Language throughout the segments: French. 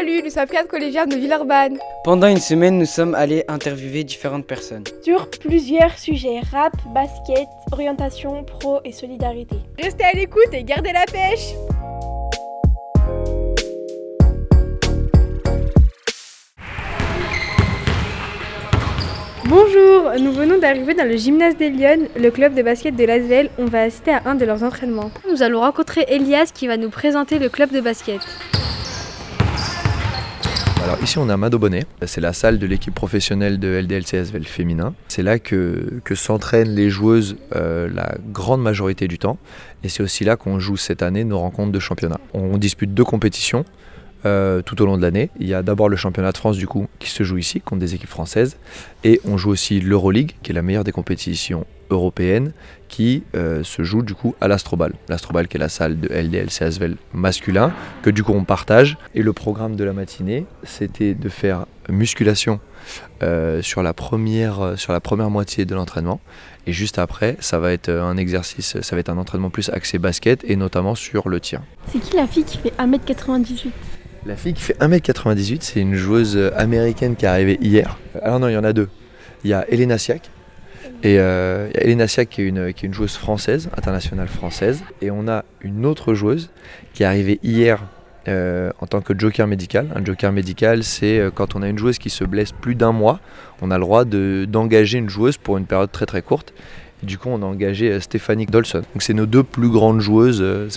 Salut, nous sommes 4 collégiens de Villeurbanne. Pendant une semaine, nous sommes allés interviewer différentes personnes. Sur plusieurs sujets, rap, basket, orientation, pro et solidarité. Restez à l'écoute et gardez la pêche. Bonjour, nous venons d'arriver dans le gymnase des Lyonnes, le club de basket de l'Asvel. On va assister à un de leurs entraînements. Nous allons rencontrer Elias qui va nous présenter le club de basket. Alors ici on est à Madobonnet, c'est la salle de l'équipe professionnelle de LDLC Asvel féminin. C'est là que s'entraînent les joueuses la grande majorité du temps et c'est aussi là qu'on joue cette année nos rencontres de championnat. On dispute 2 compétitions tout au long de l'année. Il y a d'abord le championnat de France du coup qui se joue ici contre des équipes françaises et on joue aussi l'Euroleague qui est la meilleure des compétitions européennes qui se joue du coup à l'Astrobal. L'Astrobal qui est la salle de LDLC Asvel masculin que du coup on partage. Et le programme de la matinée c'était de faire musculation sur la première moitié de l'entraînement. Et juste après, ça va être un exercice, ça va être un entraînement plus axé basket et notamment sur le tir. C'est qui la fille qui fait 1m98 ? La fille qui fait 1m98, c'est une joueuse américaine qui est arrivée hier. Alors non, il y en a 2. Il y a Elena Siak. Et Elena Siak qui est une joueuse française, internationale française. Et on a une autre joueuse qui est arrivée hier en tant que joker médical. Un joker médical, c'est quand on a une joueuse qui se blesse plus d'1 mois, on a le droit d'engager une joueuse pour une période très très courte. Et du coup, on a engagé Stéphanie Dolson. Donc c'est nos 2 plus grandes joueuses,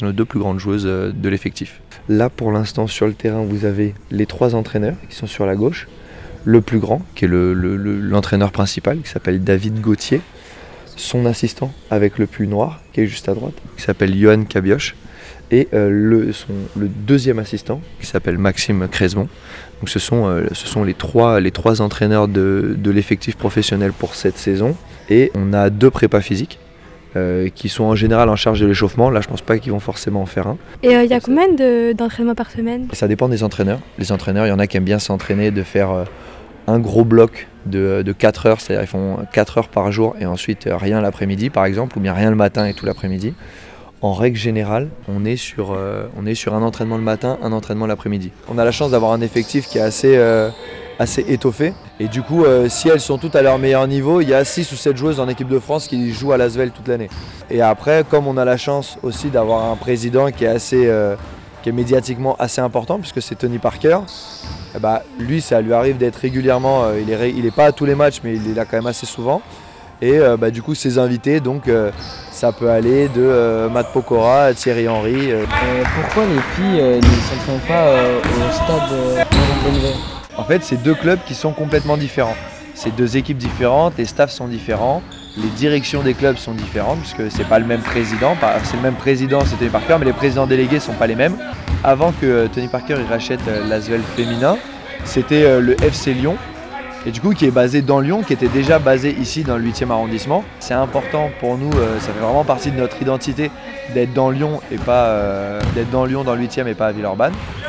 de l'effectif. Là, pour l'instant, sur le terrain, vous avez les 3 entraîneurs qui sont sur la gauche. Le plus grand, qui est l'entraîneur principal, qui s'appelle David Gauthier. Son assistant, avec le pull noir, qui est juste à droite, qui s'appelle Johan Cabioche. Et le deuxième assistant, qui s'appelle Maxime Cresmon. Donc ce sont les trois entraîneurs de l'effectif professionnel pour cette saison. Et on a 2 prépas physiques qui sont en général en charge de l'échauffement. Là, je pense pas qu'ils vont forcément en faire un. Et il y a combien d'entraînements par semaine ? Ça dépend des entraîneurs. Les entraîneurs, il y en a qui aiment bien s'entraîner, de faire un gros bloc de 4 heures. C'est-à-dire ils font 4 heures par jour et ensuite rien l'après-midi, par exemple, ou bien rien le matin et tout l'après-midi. En règle générale, on est sur un entraînement le matin, un entraînement l'après-midi. On a la chance d'avoir un effectif qui est assez étoffé. Et du coup, si elles sont toutes à leur meilleur niveau, il y a 6 ou 7 joueuses en équipe de France qui jouent à l'Asvel toute l'année. Et après, comme on a la chance aussi d'avoir un président qui est médiatiquement assez important, puisque c'est Tony Parker, lui, ça lui arrive d'être régulièrement, il est pas à tous les matchs, mais il est là quand même assez souvent. Et du coup, ses invités, donc ça peut aller de Matt Pokora à Thierry Henry. Pourquoi les filles ne s'entraînent pas au stade Bonnevet ? En fait, c'est 2 clubs qui sont complètement différents. C'est 2 équipes différentes, les staffs sont différents, les directions des clubs sont différentes, puisque c'est pas le même président. C'est le même président, c'est Tony Parker, mais les présidents délégués sont pas les mêmes. Avant que Tony Parker il rachète l'Asvel féminin, c'était le FC Lyon. Et du coup qui est basé dans Lyon, qui était déjà basé ici dans le 8e arrondissement. C'est important pour nous, ça fait vraiment partie de notre identité d'être dans Lyon et pas d'être dans Lyon dans le 8e et pas à Villeurbanne.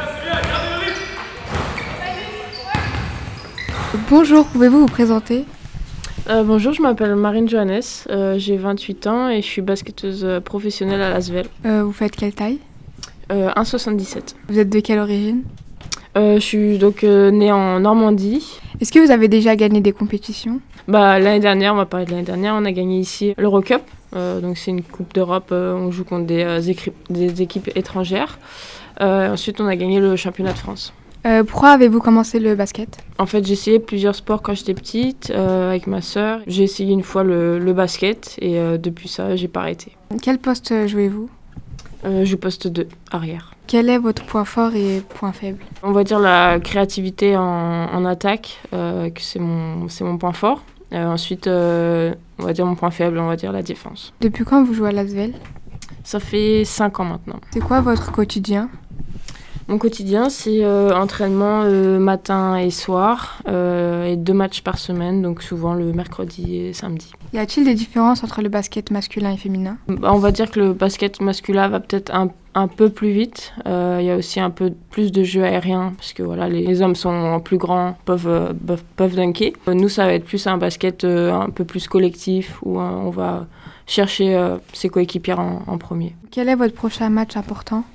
Bonjour, pouvez-vous vous présenter ? Bonjour, je m'appelle Marine Johannes, j'ai 28 ans et je suis basketteuse professionnelle à l'Asvel. Vous faites quelle taille ? 1,77. Vous êtes de quelle origine ? Je suis donc née en Normandie. Est-ce que vous avez déjà gagné des compétitions ? L'année dernière, on va parler de l'année dernière, on a gagné ici l'Eurocup. Donc c'est une coupe d'Europe, on joue contre des équipes étrangères. Ensuite, on a gagné le championnat de France. Pourquoi avez-vous commencé le basket ? En fait, j'ai essayé plusieurs sports quand j'étais petite, avec ma sœur. J'ai essayé une fois le basket et depuis ça, j'ai pas arrêté. Quel poste jouez-vous ? Je poste 2, arrière. Quel est votre point fort et point faible ? On va dire la créativité en attaque, que c'est mon point fort. Ensuite, on va dire mon point faible, on va dire la défense. Depuis quand vous jouez à l'Asvel ? Ça fait 5 ans maintenant. C'est quoi votre quotidien ? Mon quotidien, c'est entraînement matin et soir et 2 matchs par semaine, donc souvent le mercredi et samedi. Y a-t-il des différences entre le basket masculin et féminin ? On va dire que le basket masculin va peut-être un peu plus vite. Il y a aussi un peu plus de jeux aériens, parce que voilà, les hommes sont plus grands, peuvent dunker. Nous, ça va être plus un basket un peu plus collectif, où on va chercher ses coéquipières en premier. Quel est votre prochain match important ?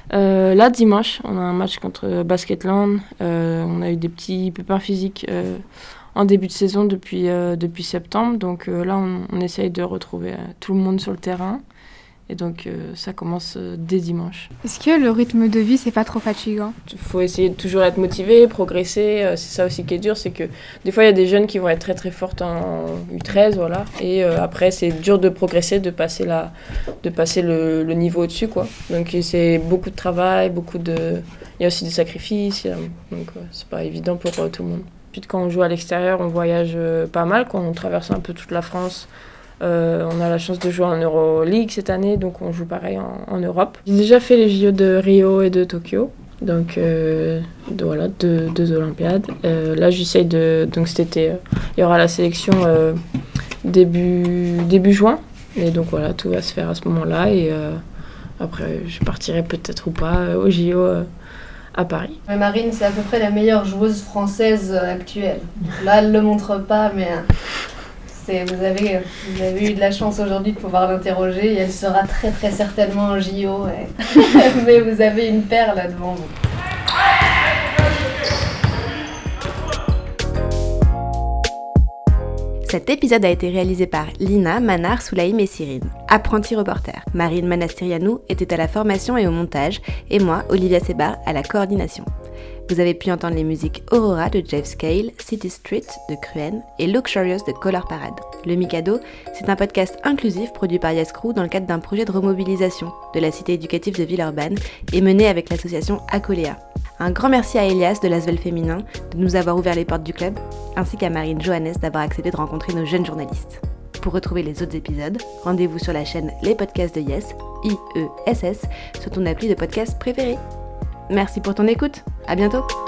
Là, dimanche, on a un match contre Basketland. On a eu des petits pépins physiques en début de saison depuis septembre. Donc là, on essaye de retrouver tout le monde sur le terrain. Et donc, ça commence dès dimanche. Est-ce que le rythme de vie, c'est pas trop fatigant? Il faut essayer de toujours être motivé, progresser. C'est ça aussi qui est dur, c'est que des fois, il y a des jeunes qui vont être très très fortes en U13, voilà. Et après, c'est dur de progresser, de passer le niveau au-dessus, quoi. Donc, c'est beaucoup de travail, il y a aussi des sacrifices. Donc, c'est pas évident pour tout le monde. Ensuite, quand on joue à l'extérieur, on voyage pas mal, quand on traverse un peu toute la France. On a la chance de jouer en Euroleague cette année, donc on joue pareil en Europe. J'ai déjà fait les JO de Rio et de Tokyo, donc voilà, deux Olympiades. Là, j'essaye donc cet été, il y aura la sélection début juin, et donc voilà, tout va se faire à ce moment-là, et après, je partirai peut-être ou pas aux JO à Paris. Mais Marine, c'est à peu près la meilleure joueuse française actuelle. Là, elle le montre pas, mais... Vous avez eu de la chance aujourd'hui de pouvoir l'interroger et elle sera très très certainement en JO. Mais vous avez une perle là devant vous. Cet épisode a été réalisé par Lina, Manar, Soulaïm et Cyrine, apprentis reporters. Marine Manastirianou était à la formation et au montage, et moi, Olivia Sebar, à la coordination. Vous avez pu entendre les musiques Aurora de Jeff Scale, City Street de Cruen et Luxurious de Color Parade. Le Mikado, c'est un podcast inclusif produit par Yascrew dans le cadre d'un projet de remobilisation de la cité éducative de Villeurbanne et mené avec l'association Acolea. Un grand merci à Elias de l'Asvel Féminin de nous avoir ouvert les portes du club, ainsi qu'à Marine Johannes d'avoir accepté de rencontrer nos jeunes journalistes. Pour retrouver les autres épisodes, rendez-vous sur la chaîne Les Podcasts de Yes, IESS, sur ton appli de podcast préféré. Merci pour ton écoute, à bientôt.